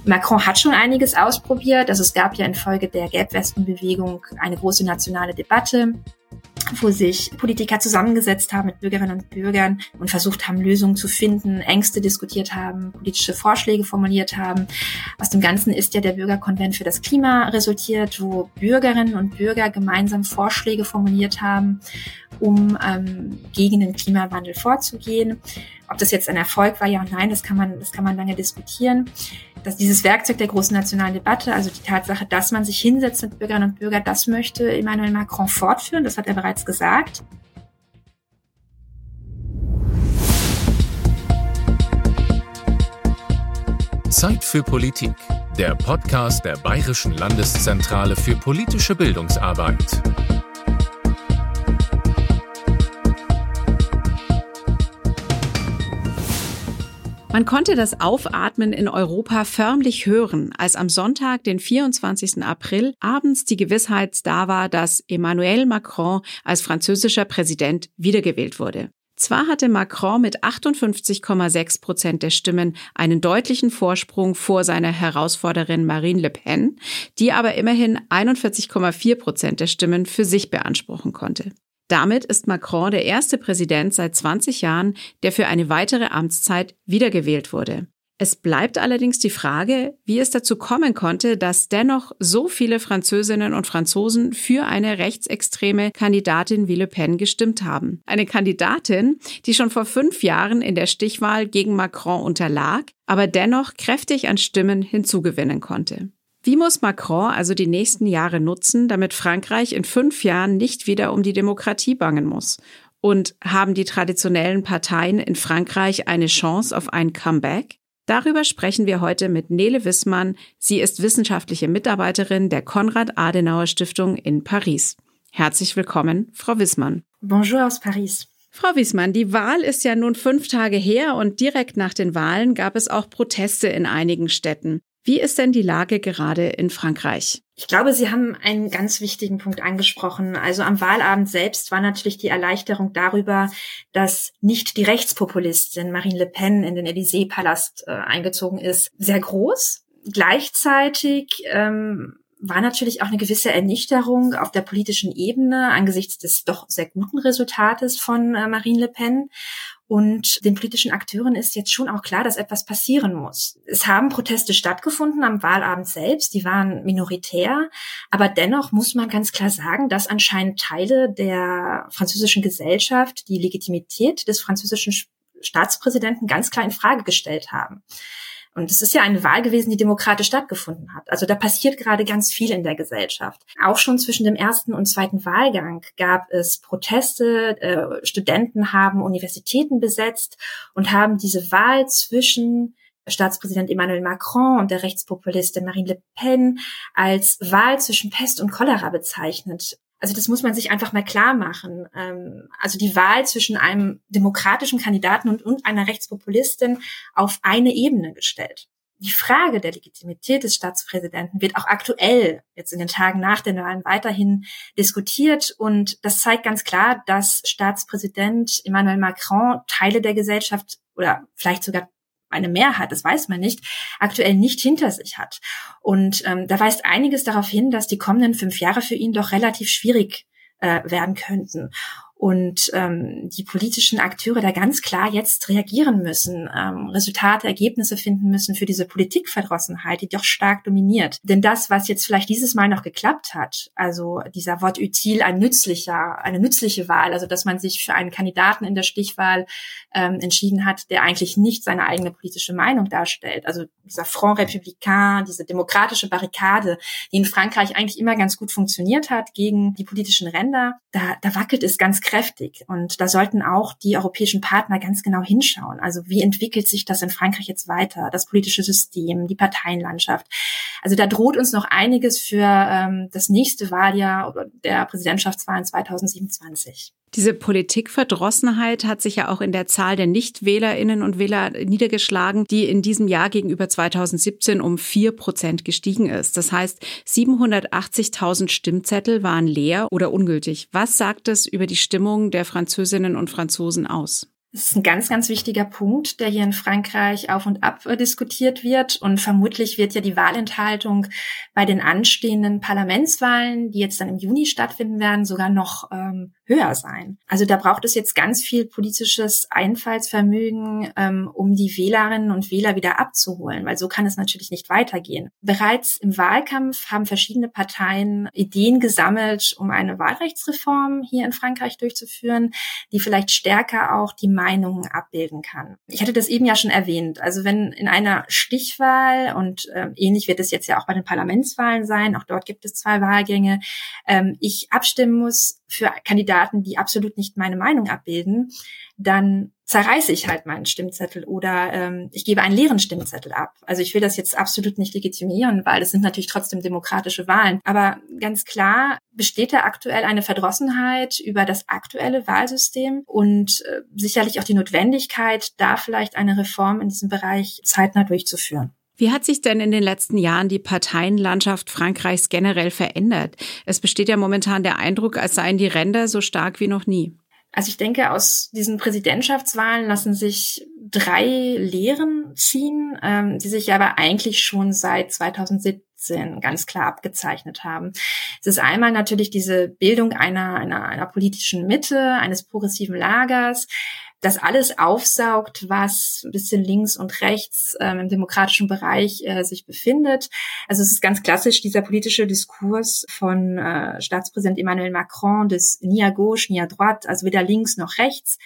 Macron hat schon einiges ausprobiert. Also es gab ja infolge der Gelbwestenbewegung eine große nationale Debatte, wo sich Politiker zusammengesetzt haben mit Bürgerinnen und Bürgern und versucht haben, Lösungen zu finden, Ängste diskutiert haben, politische Vorschläge formuliert haben. Aus dem Ganzen ist ja der Bürgerkonvent für das Klima resultiert, wo Bürgerinnen und Bürger gemeinsam Vorschläge formuliert haben, um gegen den Klimawandel vorzugehen. Ob das jetzt ein Erfolg war, ja und nein, das kann man lange diskutieren. Dieses Werkzeug der großen nationalen Debatte, also die Tatsache, dass man sich hinsetzt mit Bürgerinnen und Bürgern, das möchte Emmanuel Macron fortführen, das hat er bereits gesagt. Zeit für Politik, der Podcast der Bayerischen Landeszentrale für politische Bildungsarbeit. Man konnte das Aufatmen in Europa förmlich hören, als am Sonntag, den 24. April, abends die Gewissheit da war, dass Emmanuel Macron als französischer Präsident wiedergewählt wurde. Zwar hatte Macron mit 58,6% der Stimmen einen deutlichen Vorsprung vor seiner Herausforderin Marine Le Pen, die aber immerhin 41,4% der Stimmen für sich beanspruchen konnte. Damit ist Macron der erste Präsident seit 20 Jahren, der für eine weitere Amtszeit wiedergewählt wurde. Es bleibt allerdings die Frage, wie es dazu kommen konnte, dass dennoch so viele Französinnen und Franzosen für eine rechtsextreme Kandidatin wie Le Pen gestimmt haben. Eine Kandidatin, die schon vor 5 Jahren in der Stichwahl gegen Macron unterlag, aber dennoch kräftig an Stimmen hinzugewinnen konnte. Wie muss Macron also die nächsten Jahre nutzen, damit Frankreich in 5 Jahren nicht wieder um die Demokratie bangen muss? Und haben die traditionellen Parteien in Frankreich eine Chance auf ein Comeback? Darüber sprechen wir heute mit Nele Wissmann. Sie ist wissenschaftliche Mitarbeiterin der Konrad-Adenauer-Stiftung in Paris. Herzlich willkommen, Frau Wissmann. Bonjour aus Paris. Frau Wissmann, die Wahl ist ja nun 5 Tage her und direkt nach den Wahlen gab es auch Proteste in einigen Städten. Wie ist denn die Lage gerade in Frankreich? Ich glaube, Sie haben einen ganz wichtigen Punkt angesprochen. Also am Wahlabend selbst war natürlich die Erleichterung darüber, dass nicht die Rechtspopulistin Marine Le Pen in den Élysée-Palast eingezogen ist, sehr groß. Gleichzeitig war natürlich auch eine gewisse Ernüchterung auf der politischen Ebene angesichts des doch sehr guten Resultates von Marine Le Pen. Und den politischen Akteuren ist jetzt schon auch klar, dass etwas passieren muss. Es haben Proteste stattgefunden am Wahlabend selbst, die waren minoritär, aber dennoch muss man ganz klar sagen, dass anscheinend Teile der französischen Gesellschaft die Legitimität des französischen Staatspräsidenten ganz klar in Frage gestellt haben. Und es ist ja eine Wahl gewesen, die demokratisch stattgefunden hat. Also da passiert gerade ganz viel in der Gesellschaft. Auch schon zwischen dem ersten und zweiten Wahlgang gab es Proteste. Studenten haben Universitäten besetzt und haben diese Wahl zwischen Staatspräsident Emmanuel Macron und der Rechtspopulistin Marine Le Pen als Wahl zwischen Pest und Cholera bezeichnet. Also das muss man sich einfach mal klar machen. Also die Wahl zwischen einem demokratischen Kandidaten und einer Rechtspopulistin auf eine Ebene gestellt. Die Frage der Legitimität des Staatspräsidenten wird auch aktuell jetzt in den Tagen nach den Wahlen weiterhin diskutiert. Und das zeigt ganz klar, dass Staatspräsident Emmanuel Macron Teile der Gesellschaft oder vielleicht sogar eine Mehrheit, das weiß man nicht, aktuell nicht hinter sich hat. Und da weist einiges darauf hin, dass die kommenden 5 Jahre für ihn doch relativ schwierig werden könnten. Und die politischen Akteure da ganz klar jetzt reagieren müssen, Resultate, Ergebnisse finden müssen für diese Politikverdrossenheit, die doch stark dominiert. Denn das, was jetzt vielleicht dieses Mal noch geklappt hat, also dieser Wort util, eine nützliche Wahl, also dass man sich für einen Kandidaten in der Stichwahl entschieden hat, der eigentlich nicht seine eigene politische Meinung darstellt. Also dieser Front Républicain, diese demokratische Barrikade, die in Frankreich eigentlich immer ganz gut funktioniert hat gegen die politischen Ränder, da wackelt es ganz kräftig. Und da sollten auch die europäischen Partner ganz genau hinschauen. Also wie entwickelt sich das in Frankreich jetzt weiter? Das politische System, die Parteienlandschaft. Also da droht uns noch einiges für das nächste Wahljahr oder der Präsidentschaftswahlen 2027. Diese Politikverdrossenheit hat sich ja auch in der Zahl der Nichtwählerinnen und Wähler niedergeschlagen, die in diesem Jahr gegenüber 2017 um 4% gestiegen ist. Das heißt, 780.000 Stimmzettel waren leer oder ungültig. Was sagt es über die Stimmung der Französinnen und Franzosen aus? Das ist ein ganz, ganz wichtiger Punkt, der hier in Frankreich auf und ab diskutiert wird. Und vermutlich wird ja die Wahlenthaltung bei den anstehenden Parlamentswahlen, die jetzt dann im Juni stattfinden werden, sogar noch höher sein. Also da braucht es jetzt ganz viel politisches Einfallsvermögen, um die Wählerinnen und Wähler wieder abzuholen, weil so kann es natürlich nicht weitergehen. Bereits im Wahlkampf haben verschiedene Parteien Ideen gesammelt, um eine Wahlrechtsreform hier in Frankreich durchzuführen, die vielleicht stärker auch die Meinungen abbilden kann. Ich hatte das eben ja schon erwähnt. Also wenn in einer Stichwahl, und ähnlich wird es jetzt ja auch bei den Parlamentswahlen sein, auch dort gibt es 2 Wahlgänge, ich abstimmen muss für Kandidaten, die absolut nicht meine Meinung abbilden, dann zerreiße ich halt meinen Stimmzettel oder ich gebe einen leeren Stimmzettel ab. Also ich will das jetzt absolut nicht legitimieren, weil es sind natürlich trotzdem demokratische Wahlen. Aber ganz klar besteht da aktuell eine Verdrossenheit über das aktuelle Wahlsystem und sicherlich auch die Notwendigkeit, da vielleicht eine Reform in diesem Bereich zeitnah durchzuführen. Wie hat sich denn in den letzten Jahren die Parteienlandschaft Frankreichs generell verändert? Es besteht ja momentan der Eindruck, als seien die Ränder so stark wie noch nie. Also ich denke, aus diesen Präsidentschaftswahlen lassen sich 3 Lehren ziehen, die sich aber eigentlich schon seit 2017 ganz klar abgezeichnet haben. Es ist einmal natürlich diese Bildung einer politischen Mitte, eines progressiven Lagers, das alles aufsaugt, was ein bisschen links und rechts im demokratischen Bereich sich befindet. Also es ist ganz klassisch dieser politische Diskurs von Staatspräsident Emmanuel Macron des ni à gauche, ni à droite, also weder links noch rechts.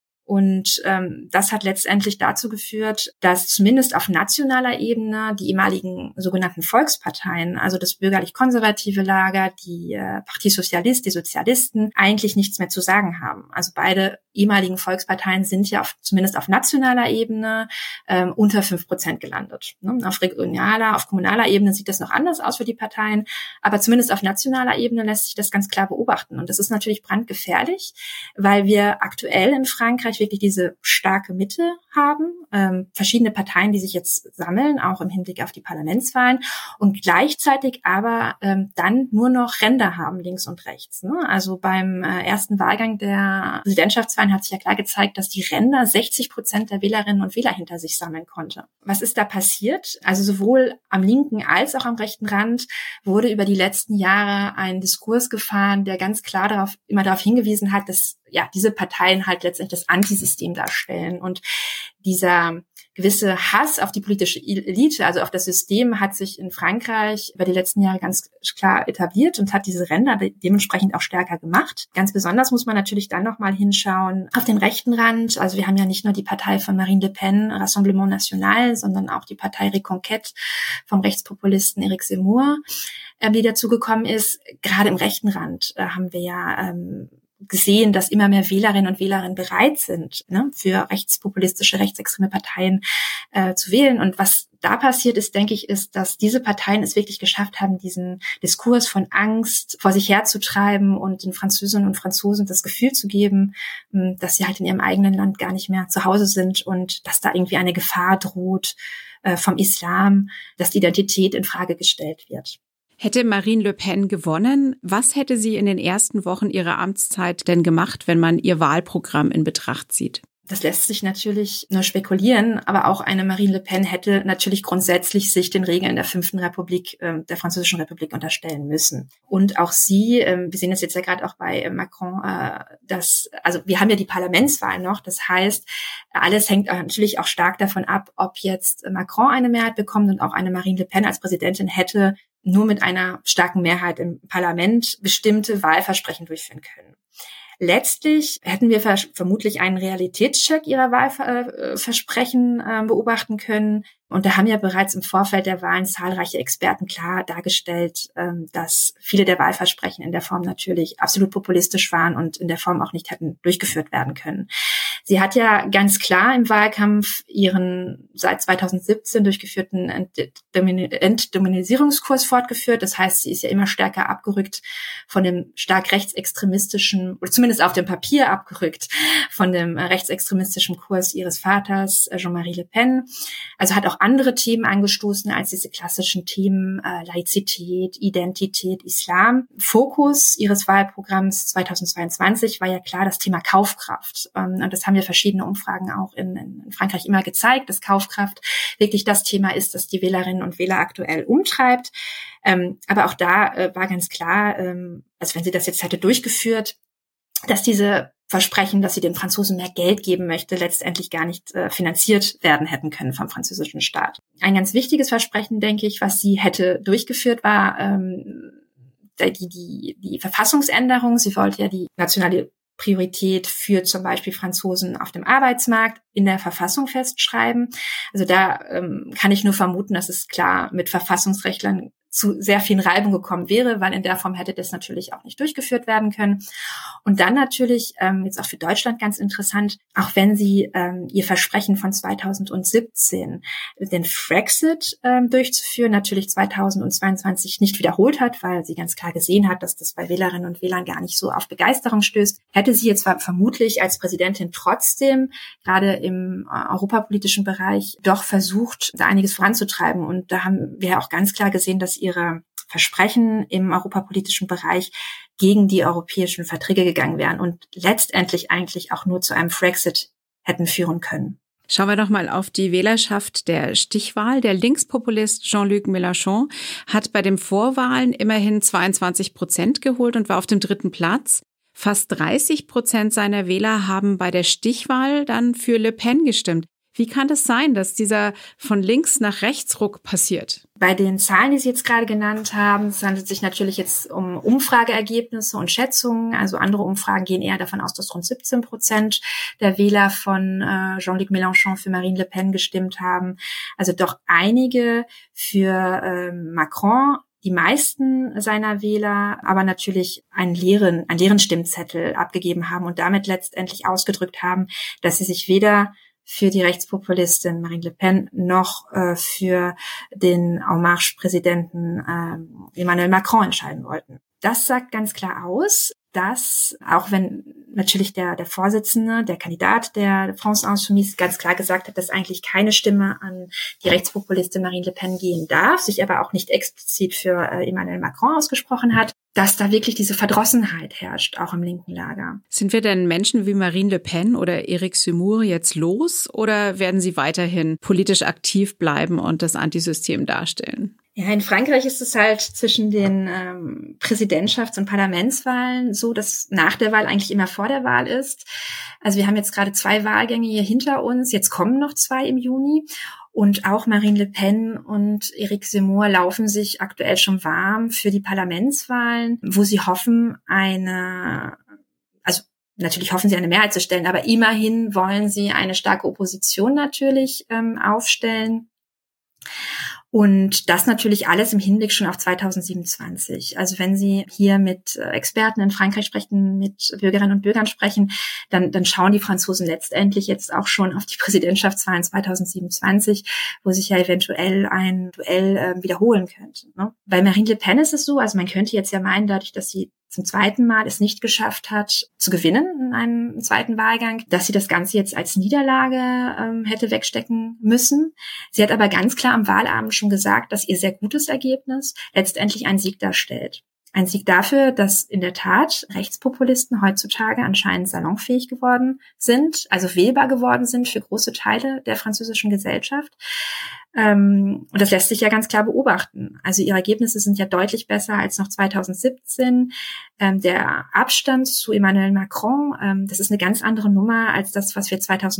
Und das hat letztendlich dazu geführt, dass zumindest auf nationaler Ebene die ehemaligen sogenannten Volksparteien, also das bürgerlich-konservative Lager, die Parti Socialiste, die Sozialisten, eigentlich nichts mehr zu sagen haben. Also beide ehemaligen Volksparteien sind ja zumindest auf nationaler Ebene unter 5% gelandet. Ne? Auf regionaler, auf kommunaler Ebene sieht das noch anders aus für die Parteien, aber zumindest auf nationaler Ebene lässt sich das ganz klar beobachten. Und das ist natürlich brandgefährlich, weil wir aktuell in Frankreich wirklich diese starke Mitte haben, verschiedene Parteien, die sich jetzt sammeln, auch im Hinblick auf die Parlamentswahlen und gleichzeitig aber dann nur noch Ränder haben, links und rechts. Ne? Also beim ersten Wahlgang der Präsidentschaftswahlen hat sich ja klar gezeigt, dass die Ränder 60% der Wählerinnen und Wähler hinter sich sammeln konnte. Was ist da passiert? Also sowohl am linken als auch am rechten Rand wurde über die letzten Jahre ein Diskurs gefahren, der ganz klar immer darauf hingewiesen hat, dass ja diese Parteien halt letztendlich das Antisystem darstellen. Und dieser gewisse Hass auf die politische Elite, also auf das System, hat sich in Frankreich über die letzten Jahre ganz klar etabliert und hat diese Ränder dementsprechend auch stärker gemacht. Ganz besonders muss man natürlich dann nochmal hinschauen auf den rechten Rand. Also wir haben ja nicht nur die Partei von Marine Le Pen, Rassemblement National, sondern auch die Partei Reconquête vom Rechtspopulisten Éric Zemmour, die dazugekommen ist. Gerade im rechten Rand haben wir ja gesehen, dass immer mehr Wählerinnen und Wähler bereit sind, ne, für rechtspopulistische, rechtsextreme Parteien zu wählen. Und was da passiert ist, denke ich, ist, dass diese Parteien es wirklich geschafft haben, diesen Diskurs von Angst vor sich herzutreiben und den Französinnen und Franzosen das Gefühl zu geben, dass sie halt in ihrem eigenen Land gar nicht mehr zu Hause sind und dass da irgendwie eine Gefahr droht vom Islam, dass die Identität in Frage gestellt wird. Hätte Marine Le Pen gewonnen, was hätte sie in den ersten Wochen ihrer Amtszeit denn gemacht, wenn man ihr Wahlprogramm in Betracht zieht? Das lässt sich natürlich nur spekulieren, aber auch eine Marine Le Pen hätte natürlich grundsätzlich sich den Regeln der 5. Republik, der Französischen Republik unterstellen müssen. Und auch sie, wir sehen das jetzt ja gerade auch bei Macron, also wir haben ja die Parlamentswahl noch, das heißt, alles hängt natürlich auch stark davon ab, ob jetzt Macron eine Mehrheit bekommt und auch eine Marine Le Pen als Präsidentin hätte nur mit einer starken Mehrheit im Parlament bestimmte Wahlversprechen durchführen können. Letztlich hätten wir vermutlich einen Realitätscheck ihrer Wahlversprechen beobachten können. Und da haben ja bereits im Vorfeld der Wahlen zahlreiche Experten klar dargestellt, dass viele der Wahlversprechen in der Form natürlich absolut populistisch waren und in der Form auch nicht hätten durchgeführt werden können. Sie hat ja ganz klar im Wahlkampf ihren seit 2017 durchgeführten Entdominisierungskurs fortgeführt. Das heißt, sie ist ja immer stärker abgerückt von dem stark rechtsextremistischen, oder zumindest auf dem Papier abgerückt, von dem rechtsextremistischen Kurs ihres Vaters, Jean-Marie Le Pen. Also hat auch andere Themen angestoßen als diese klassischen Themen Laizität, Identität, Islam. Fokus ihres Wahlprogramms 2022 war ja klar das Thema Kaufkraft. Und das haben haben ja verschiedene Umfragen auch in Frankreich immer gezeigt, dass Kaufkraft wirklich das Thema ist, das die Wählerinnen und Wähler aktuell umtreibt. Aber auch da war ganz klar, also wenn sie das jetzt hätte durchgeführt, dass diese Versprechen, dass sie den Franzosen mehr Geld geben möchte, letztendlich gar nicht finanziert werden hätten können vom französischen Staat. Ein ganz wichtiges Versprechen, denke ich, was sie hätte durchgeführt, war die Verfassungsänderung. Sie wollte ja die nationale Priorität für zum Beispiel Franzosen auf dem Arbeitsmarkt in der Verfassung festschreiben. Also da kann ich nur vermuten, dass es klar mit Verfassungsrechtlern zu sehr vielen Reibungen gekommen wäre, weil in der Form hätte das natürlich auch nicht durchgeführt werden können. Und dann natürlich, jetzt auch für Deutschland ganz interessant, auch wenn sie ihr Versprechen von 2017, den Brexit durchzuführen, natürlich 2022 nicht wiederholt hat, weil sie ganz klar gesehen hat, dass das bei Wählerinnen und Wählern gar nicht so auf Begeisterung stößt, hätte sie jetzt vermutlich als Präsidentin trotzdem, gerade im europapolitischen Bereich, doch versucht, da einiges voranzutreiben. Und da haben wir auch ganz klar gesehen, dass ihre Versprechen im europapolitischen Bereich gegen die europäischen Verträge gegangen wären und letztendlich eigentlich auch nur zu einem Brexit hätten führen können. Schauen wir doch mal auf die Wählerschaft der Stichwahl. Der Linkspopulist Jean-Luc Mélenchon hat bei den Vorwahlen immerhin 22% geholt und war auf dem 3. Platz. Fast 30% seiner Wähler haben bei der Stichwahl dann für Le Pen gestimmt. Wie kann das sein, dass dieser von links nach rechts Ruck passiert? Bei den Zahlen, die Sie jetzt gerade genannt haben, es handelt sich natürlich jetzt um Umfrageergebnisse und Schätzungen. Also andere Umfragen gehen eher davon aus, dass rund 17% der Wähler von Jean-Luc Mélenchon für Marine Le Pen gestimmt haben. Also doch einige für Macron. Die meisten seiner Wähler aber natürlich einen leeren Stimmzettel abgegeben haben und damit letztendlich ausgedrückt haben, dass sie sich weder für die Rechtspopulistin Marine Le Pen noch für den En Marche-Präsidenten Emmanuel Macron entscheiden wollten. Das sagt ganz klar aus, dass, auch wenn natürlich der Vorsitzende, der Kandidat der France Insoumise ganz klar gesagt hat, dass eigentlich keine Stimme an die Rechtspopulistin Marine Le Pen gehen darf, sich aber auch nicht explizit für Emmanuel Macron ausgesprochen hat, dass da wirklich diese Verdrossenheit herrscht, auch im linken Lager. Sind wir denn Menschen wie Marine Le Pen oder Éric Zemmour jetzt los oder werden sie weiterhin politisch aktiv bleiben und das Antisystem darstellen? Ja, in Frankreich ist es halt zwischen den Präsidentschafts- und Parlamentswahlen so, dass nach der Wahl eigentlich immer vor der Wahl ist. Also wir haben jetzt gerade 2 Wahlgänge hier hinter uns, jetzt kommen noch 2 im Juni. Und auch Marine Le Pen und Éric Zemmour laufen sich aktuell schon warm für die Parlamentswahlen, wo sie hoffen, natürlich hoffen sie, eine Mehrheit zu stellen, aber immerhin wollen sie eine starke Opposition natürlich aufstellen. Und das natürlich alles im Hinblick schon auf 2027. Also wenn Sie hier mit Experten in Frankreich sprechen, mit Bürgerinnen und Bürgern sprechen, dann schauen die Franzosen letztendlich jetzt auch schon auf die Präsidentschaftswahlen 2027, wo sich ja eventuell ein Duell wiederholen könnte. Ne? Bei Marine Le Pen ist es so, also man könnte jetzt ja meinen, dadurch, dass sie zum 2. Mal es nicht geschafft hat, zu gewinnen in einem 2. Wahlgang, dass sie das Ganze jetzt als Niederlage hätte wegstecken müssen. Sie hat aber ganz klar am Wahlabend schon gesagt, dass ihr sehr gutes Ergebnis letztendlich einen Sieg darstellt. Ein Sieg dafür, dass in der Tat Rechtspopulisten heutzutage anscheinend salonfähig geworden sind, also wählbar geworden sind für große Teile der französischen Gesellschaft. Und das lässt sich ja ganz klar beobachten. Also ihre Ergebnisse sind ja deutlich besser als noch 2017. Der Abstand zu Emmanuel Macron, das ist eine ganz andere Nummer als das, was wir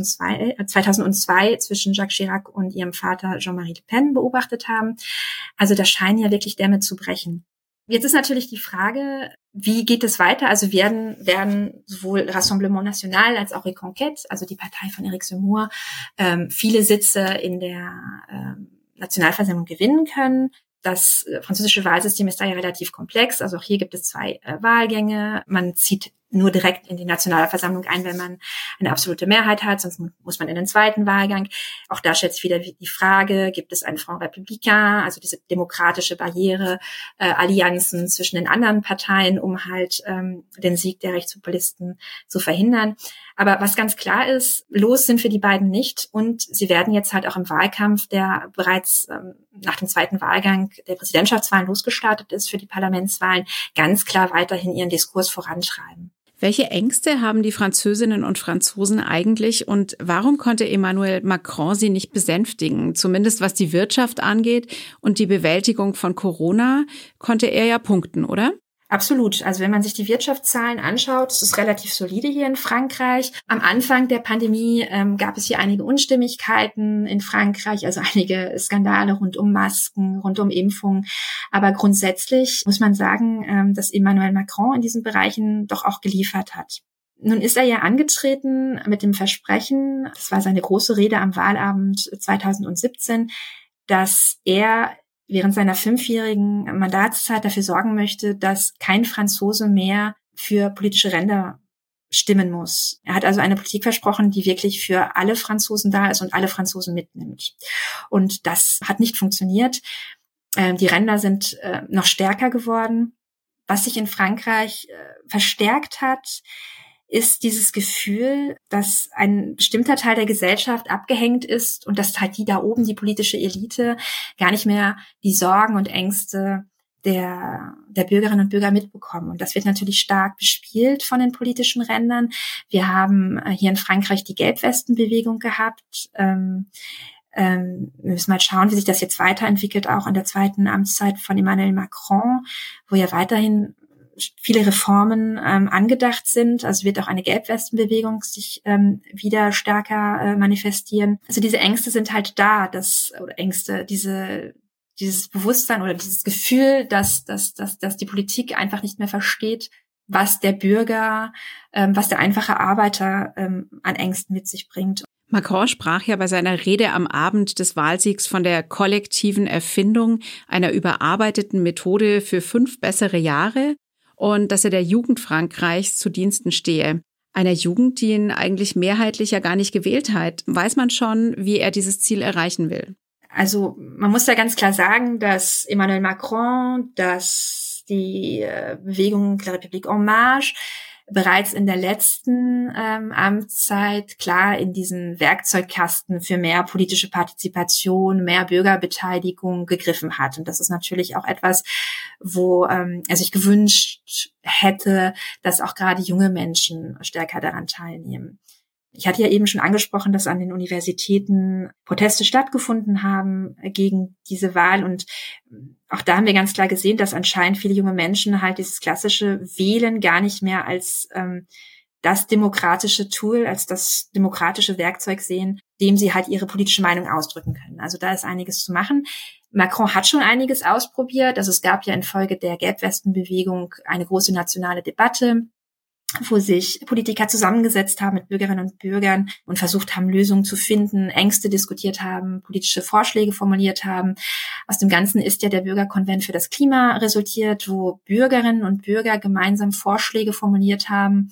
2002 zwischen Jacques Chirac und ihrem Vater Jean-Marie Le Pen beobachtet haben. Also da scheinen ja wirklich Dämme zu brechen. Jetzt ist natürlich die Frage, wie geht es weiter? Also werden sowohl Rassemblement National als auch Reconquête, also die Partei von Éric Zemmour, viele Sitze in der Nationalversammlung gewinnen können. Das französische Wahlsystem ist da ja relativ komplex. Also auch hier gibt es 2 Wahlgänge. Man zieht nur direkt in die Nationalversammlung ein, wenn man eine absolute Mehrheit hat, sonst muss man in den 2. Wahlgang. Auch da stellt sich wieder die Frage, gibt es einen Front Républicain, also diese demokratische Barriere, Allianzen zwischen den anderen Parteien, um halt den Sieg der Rechtspopulisten zu verhindern. Aber was ganz klar ist, los sind für die beiden nicht und sie werden jetzt halt auch im Wahlkampf, der bereits nach dem 2. Wahlgang der Präsidentschaftswahlen losgestartet ist für die Parlamentswahlen, ganz klar weiterhin ihren Diskurs vorantreiben. Welche Ängste haben die Französinnen und Franzosen eigentlich und warum konnte Emmanuel Macron sie nicht besänftigen? Zumindest was die Wirtschaft angeht und die Bewältigung von Corona konnte er ja punkten, oder? Absolut. Also wenn man sich die Wirtschaftszahlen anschaut, es ist relativ solide hier in Frankreich. Am Anfang der Pandemie gab es hier einige Unstimmigkeiten in Frankreich, also einige Skandale rund um Masken, rund um Impfungen. Aber grundsätzlich muss man sagen, dass Emmanuel Macron in diesen Bereichen doch auch geliefert hat. Nun ist er ja angetreten mit dem Versprechen, das war seine große Rede am Wahlabend 2017, dass er während seiner 5-jährigen Mandatszeit dafür sorgen möchte, dass kein Franzose mehr für politische Ränder stimmen muss. Er hat also eine Politik versprochen, die wirklich für alle Franzosen da ist und alle Franzosen mitnimmt. Und das hat nicht funktioniert. Die Ränder sind noch stärker geworden. Was sich in Frankreich verstärkt hat, ist dieses Gefühl, dass ein bestimmter Teil der Gesellschaft abgehängt ist und dass halt die da oben, die politische Elite, gar nicht mehr die Sorgen und Ängste der Bürgerinnen und Bürger mitbekommen. Und das wird natürlich stark bespielt von den politischen Rändern. Wir haben hier in Frankreich die Gelbwestenbewegung gehabt. Wir müssen mal schauen, wie sich das jetzt weiterentwickelt, auch in der zweiten Amtszeit von Emmanuel Macron, wo ja weiterhin viele Reformen angedacht sind. Also wird auch eine Gelbwestenbewegung sich wieder stärker manifestieren. Also diese Ängste sind halt da, dieses Bewusstsein oder dieses Gefühl, dass die Politik einfach nicht mehr versteht, was der Bürger, was der einfache Arbeiter an Ängsten mit sich bringt. Macron sprach ja bei seiner Rede am Abend des Wahlsiegs von der kollektiven Erfindung einer überarbeiteten Methode für 5 bessere Jahre und dass er der Jugend Frankreichs zu Diensten stehe. Einer Jugend, die ihn eigentlich mehrheitlich ja gar nicht gewählt hat. Weiß man schon, wie er dieses Ziel erreichen will? Also man muss da ganz klar sagen, dass Emmanuel Macron, dass die Bewegung La République en Marche bereits in der letzten Amtszeit klar in diesen Werkzeugkasten für mehr politische Partizipation, mehr Bürgerbeteiligung gegriffen hat. Und das ist natürlich auch etwas, wo er sich gewünscht hätte, dass auch gerade junge Menschen stärker daran teilnehmen. Ich hatte ja eben schon angesprochen, dass an den Universitäten Proteste stattgefunden haben gegen diese Wahl. Und auch da haben wir ganz klar gesehen, dass anscheinend viele junge Menschen halt dieses klassische Wählen gar nicht mehr als das demokratische Tool, als das demokratische Werkzeug sehen, dem sie halt ihre politische Meinung ausdrücken können. Also da ist einiges zu machen. Macron hat schon einiges ausprobiert. Also es gab ja infolge der Gelbwestenbewegung eine große nationale Debatte, wo sich Politiker zusammengesetzt haben mit Bürgerinnen und Bürgern und versucht haben, Lösungen zu finden, Ängste diskutiert haben, politische Vorschläge formuliert haben. Aus dem Ganzen ist ja der Bürgerkonvent für das Klima resultiert, wo Bürgerinnen und Bürger gemeinsam Vorschläge formuliert haben,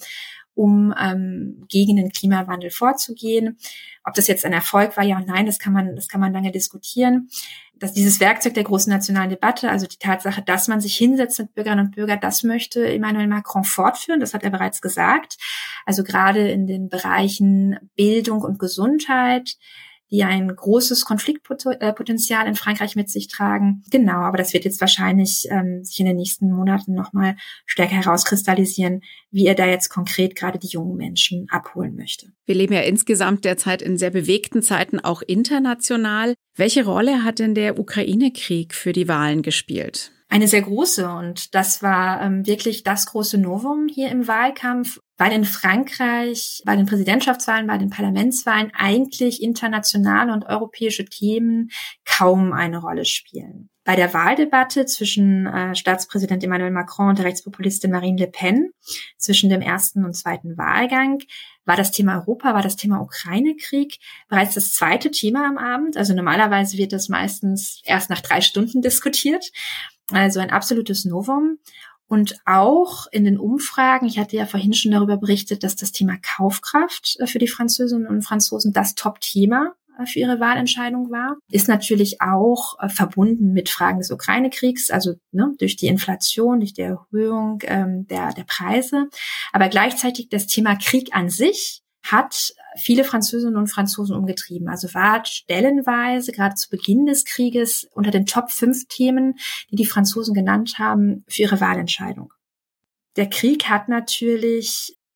um gegen den Klimawandel vorzugehen. Ob das jetzt ein Erfolg war, ja und nein, das kann man lange diskutieren. Dass dieses Werkzeug der großen nationalen Debatte, also die Tatsache, dass man sich hinsetzt mit Bürgerinnen und Bürgern, das möchte Emmanuel Macron fortführen. Das hat er bereits gesagt. Also gerade in den Bereichen Bildung und Gesundheit, die ein großes Konfliktpotenzial in Frankreich mit sich tragen. Genau, aber das wird jetzt wahrscheinlich sich in den nächsten Monaten nochmal stärker herauskristallisieren, wie er da jetzt konkret gerade die jungen Menschen abholen möchte. Wir leben ja insgesamt derzeit in sehr bewegten Zeiten, auch international. Welche Rolle hat denn der Ukraine-Krieg für die Wahlen gespielt? Eine sehr große, und das war wirklich das große Novum hier im Wahlkampf, weil in Frankreich bei den Präsidentschaftswahlen, bei den Parlamentswahlen eigentlich internationale und europäische Themen kaum eine Rolle spielen. Bei der Wahldebatte zwischen Staatspräsident Emmanuel Macron und der Rechtspopulistin Marine Le Pen, zwischen dem ersten und zweiten Wahlgang, war das Thema Europa, war das Thema Ukraine-Krieg bereits das zweite Thema am Abend. Also normalerweise wird das meistens erst nach 3 Stunden diskutiert. Also ein absolutes Novum. Und auch in den Umfragen, ich hatte ja vorhin schon darüber berichtet, dass das Thema Kaufkraft für die Französinnen und Franzosen das Top-Thema für ihre Wahlentscheidung war, ist natürlich auch verbunden mit Fragen des Ukraine-Kriegs, also durch die Inflation, durch die Erhöhung der Preise. Aber gleichzeitig das Thema Krieg an sich hat viele Französinnen und Franzosen umgetrieben. Also war stellenweise, gerade zu Beginn des Krieges, unter den Top 5 Themen, die die Franzosen genannt haben, für ihre Wahlentscheidung. Der Krieg hat natürlich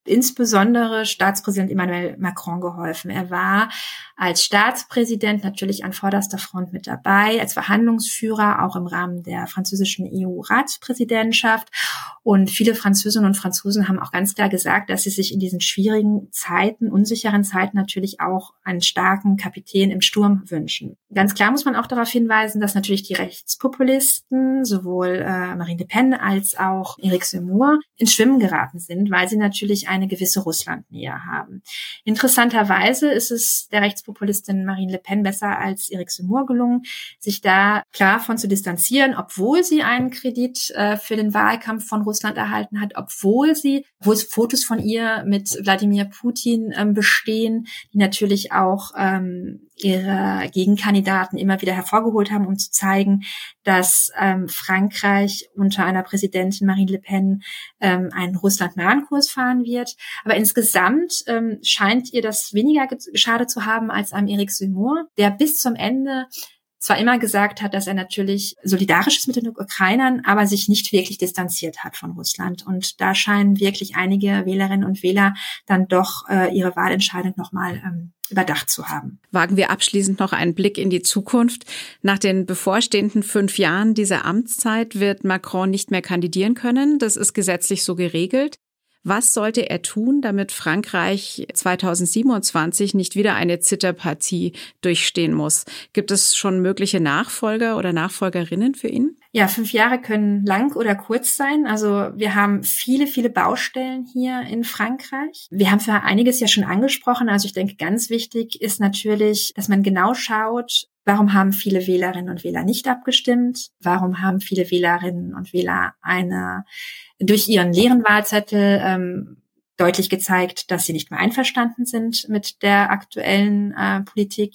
insbesondere Staatspräsident Emmanuel Macron geholfen. Er war als Staatspräsident natürlich an vorderster Front mit dabei, als Verhandlungsführer, auch im Rahmen der französischen EU-Ratspräsidentschaft. Und viele Französinnen und Franzosen haben auch ganz klar gesagt, dass sie sich in diesen schwierigen Zeiten, unsicheren Zeiten natürlich auch einen starken Kapitän im Sturm wünschen. Ganz klar muss man auch darauf hinweisen, dass natürlich die Rechtspopulisten, sowohl Marine Le Pen als auch Éric Zemmour, ins Schwimmen geraten sind, weil sie natürlich eine gewisse Russlandnähe haben. Interessanterweise ist es der Rechtspopulistin Marine Le Pen besser als Éric Zemmour gelungen, sich da klar von zu distanzieren, obwohl sie einen Kredit für den Wahlkampf von Russland erhalten hat, obwohl es Fotos von ihr mit Wladimir Putin bestehen, die natürlich auch ihre Gegenkandidaten immer wieder hervorgeholt haben, um zu zeigen, dass Frankreich unter einer Präsidentin Marine Le Pen einen russlandnahen Kurs fahren wird. Aber insgesamt scheint ihr das weniger geschadet zu haben als am Éric Zemmour, der bis zum Ende zwar immer gesagt hat, dass er natürlich solidarisch ist mit den Ukrainern, aber sich nicht wirklich distanziert hat von Russland. Und da scheinen wirklich einige Wählerinnen und Wähler dann doch ihre Wahlentscheidung nochmal überdacht zu haben. Wagen wir abschließend noch einen Blick in die Zukunft. Nach den bevorstehenden 5 Jahren dieser Amtszeit wird Macron nicht mehr kandidieren können. Das ist gesetzlich so geregelt. Was sollte er tun, damit Frankreich 2027 nicht wieder eine Zitterpartie durchstehen muss? Gibt es schon mögliche Nachfolger oder Nachfolgerinnen für ihn? Ja, 5 Jahre können lang oder kurz sein. Also wir haben viele, viele Baustellen hier in Frankreich. Wir haben für einiges ja schon angesprochen. Also ich denke, ganz wichtig ist natürlich, dass man genau schaut, warum haben viele Wählerinnen und Wähler nicht abgestimmt? Warum haben viele Wählerinnen und Wähler durch ihren leeren Wahlzettel deutlich gezeigt, dass sie nicht mehr einverstanden sind mit der aktuellen Politik?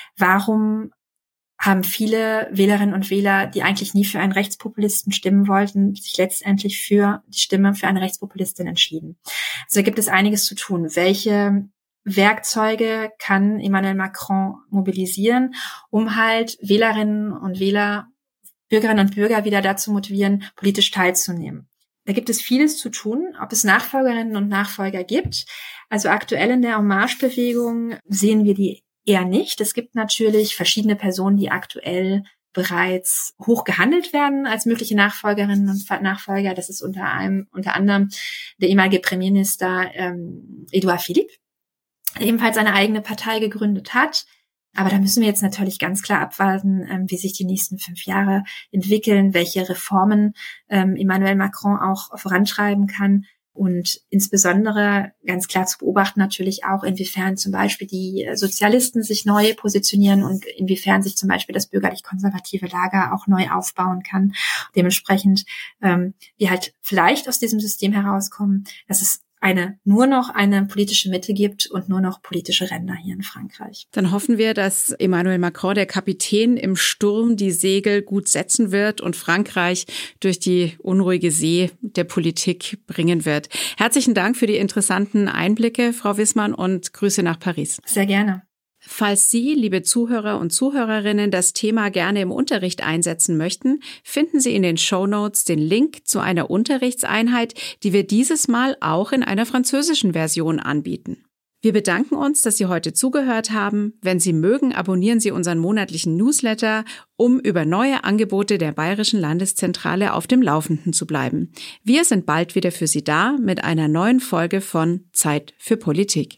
Warum haben viele Wählerinnen und Wähler, die eigentlich nie für einen Rechtspopulisten stimmen wollten, sich letztendlich für die Stimme für eine Rechtspopulistin entschieden? Also da gibt es einiges zu tun. Welche Werkzeuge kann Emmanuel Macron mobilisieren, um halt Wählerinnen und Wähler, Bürgerinnen und Bürger wieder dazu motivieren, politisch teilzunehmen? Da gibt es vieles zu tun, ob es Nachfolgerinnen und Nachfolger gibt. Also aktuell in der En Marche-Bewegung sehen wir die eher nicht. Es gibt natürlich verschiedene Personen, die aktuell bereits hoch gehandelt werden als mögliche Nachfolgerinnen und Nachfolger. Das ist unter anderem der ehemalige Premierminister Édouard Philippe, der ebenfalls eine eigene Partei gegründet hat. Aber da müssen wir jetzt natürlich ganz klar abwarten, wie sich die nächsten 5 Jahre entwickeln, welche Reformen Emmanuel Macron auch vorantreiben kann. Und insbesondere ganz klar zu beobachten natürlich auch, inwiefern zum Beispiel die Sozialisten sich neu positionieren und inwiefern sich zum Beispiel das bürgerlich-konservative Lager auch neu aufbauen kann. Dementsprechend wir halt vielleicht aus diesem System herauskommen, dass es nur noch eine politische Mitte gibt und nur noch politische Ränder hier in Frankreich. Dann hoffen wir, dass Emmanuel Macron, der Kapitän im Sturm, die Segel gut setzen wird und Frankreich durch die unruhige See der Politik bringen wird. Herzlichen Dank für die interessanten Einblicke, Frau Wissmann, und Grüße nach Paris. Sehr gerne. Falls Sie, liebe Zuhörer und Zuhörerinnen, das Thema gerne im Unterricht einsetzen möchten, finden Sie in den Shownotes den Link zu einer Unterrichtseinheit, die wir dieses Mal auch in einer französischen Version anbieten. Wir bedanken uns, dass Sie heute zugehört haben. Wenn Sie mögen, abonnieren Sie unseren monatlichen Newsletter, um über neue Angebote der Bayerischen Landeszentrale auf dem Laufenden zu bleiben. Wir sind bald wieder für Sie da mit einer neuen Folge von Zeit für Politik.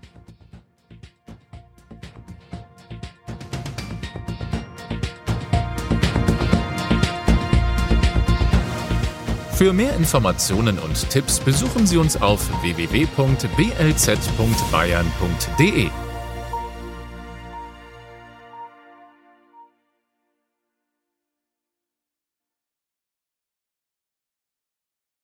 Für mehr Informationen und Tipps besuchen Sie uns auf www.blz.bayern.de.